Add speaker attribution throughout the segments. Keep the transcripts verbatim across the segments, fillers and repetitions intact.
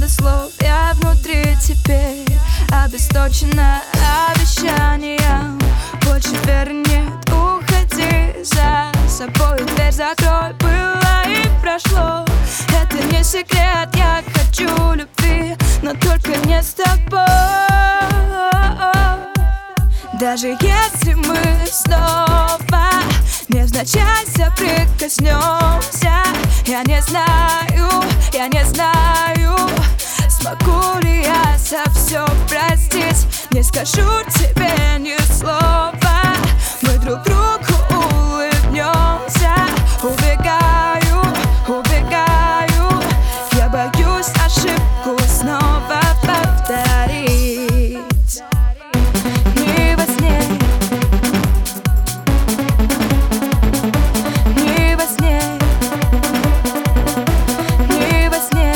Speaker 1: до слов, я внутри теперь обесточена обещанием. Больше веры нет, уходи, за собой дверь закрой. Было и прошло, это не секрет. Я хочу любви, но только не с тобой. Даже если мы снова невзначай соприкоснемся, я не знаю, я не знаю, смогу ли я за все простить. Не скажу тебе ни слова, мы друг другу улыбнемся. Убегаю, убегаю, я боюсь ошибку снова повторить. Не во сне, не во сне, не во сне,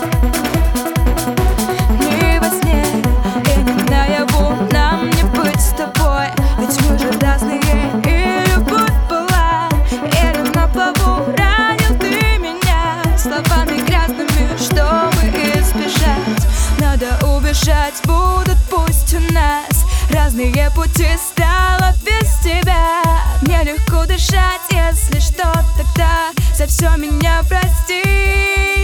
Speaker 1: не во сне, и не наяву нам не быть с тобой. Ведь мы же разные, и любовь была, или на плаву ранил ты меня словами грязными, чтобы избежать. Надо убежать, будут пусть у нас разные пути, стало без тебя. Мне легко дышать, если что, тогда за все меня прости.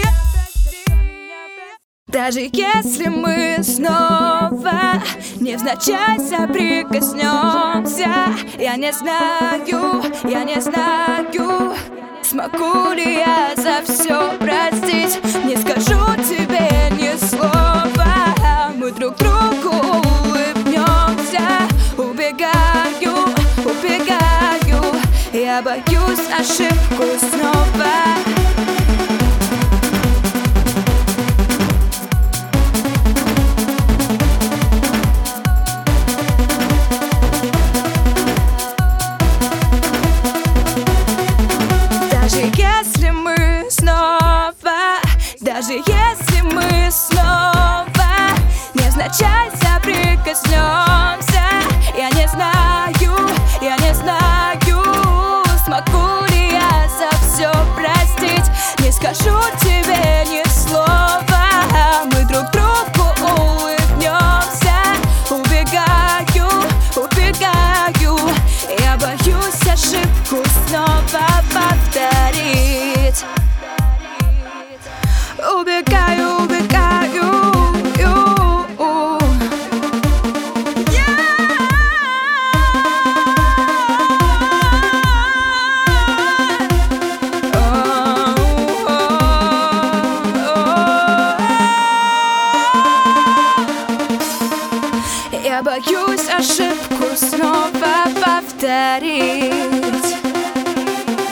Speaker 1: Даже если мы снова невзначай соприкоснемся, я не знаю, я не знаю, смогу ли я за все простить. Не скажу тебе ни слова, мы друг другу улыбнемся. Убегаю, убегаю, я боюсь ошибку снова. Даже если мы снова, даже если мы снова невзначай соприкоснемся, я не знаю, я не знаю, смогу ли я за все простить. Не скажу тебе ни слова, мы друг другу улыбнемся. Убегаю, убегаю, я боюсь ошибку снова повторить. Убегаю, убегаю, ю-у. Я боюсь ошибку снова повторить.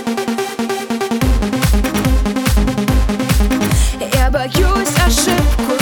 Speaker 1: Я боюсь ошибку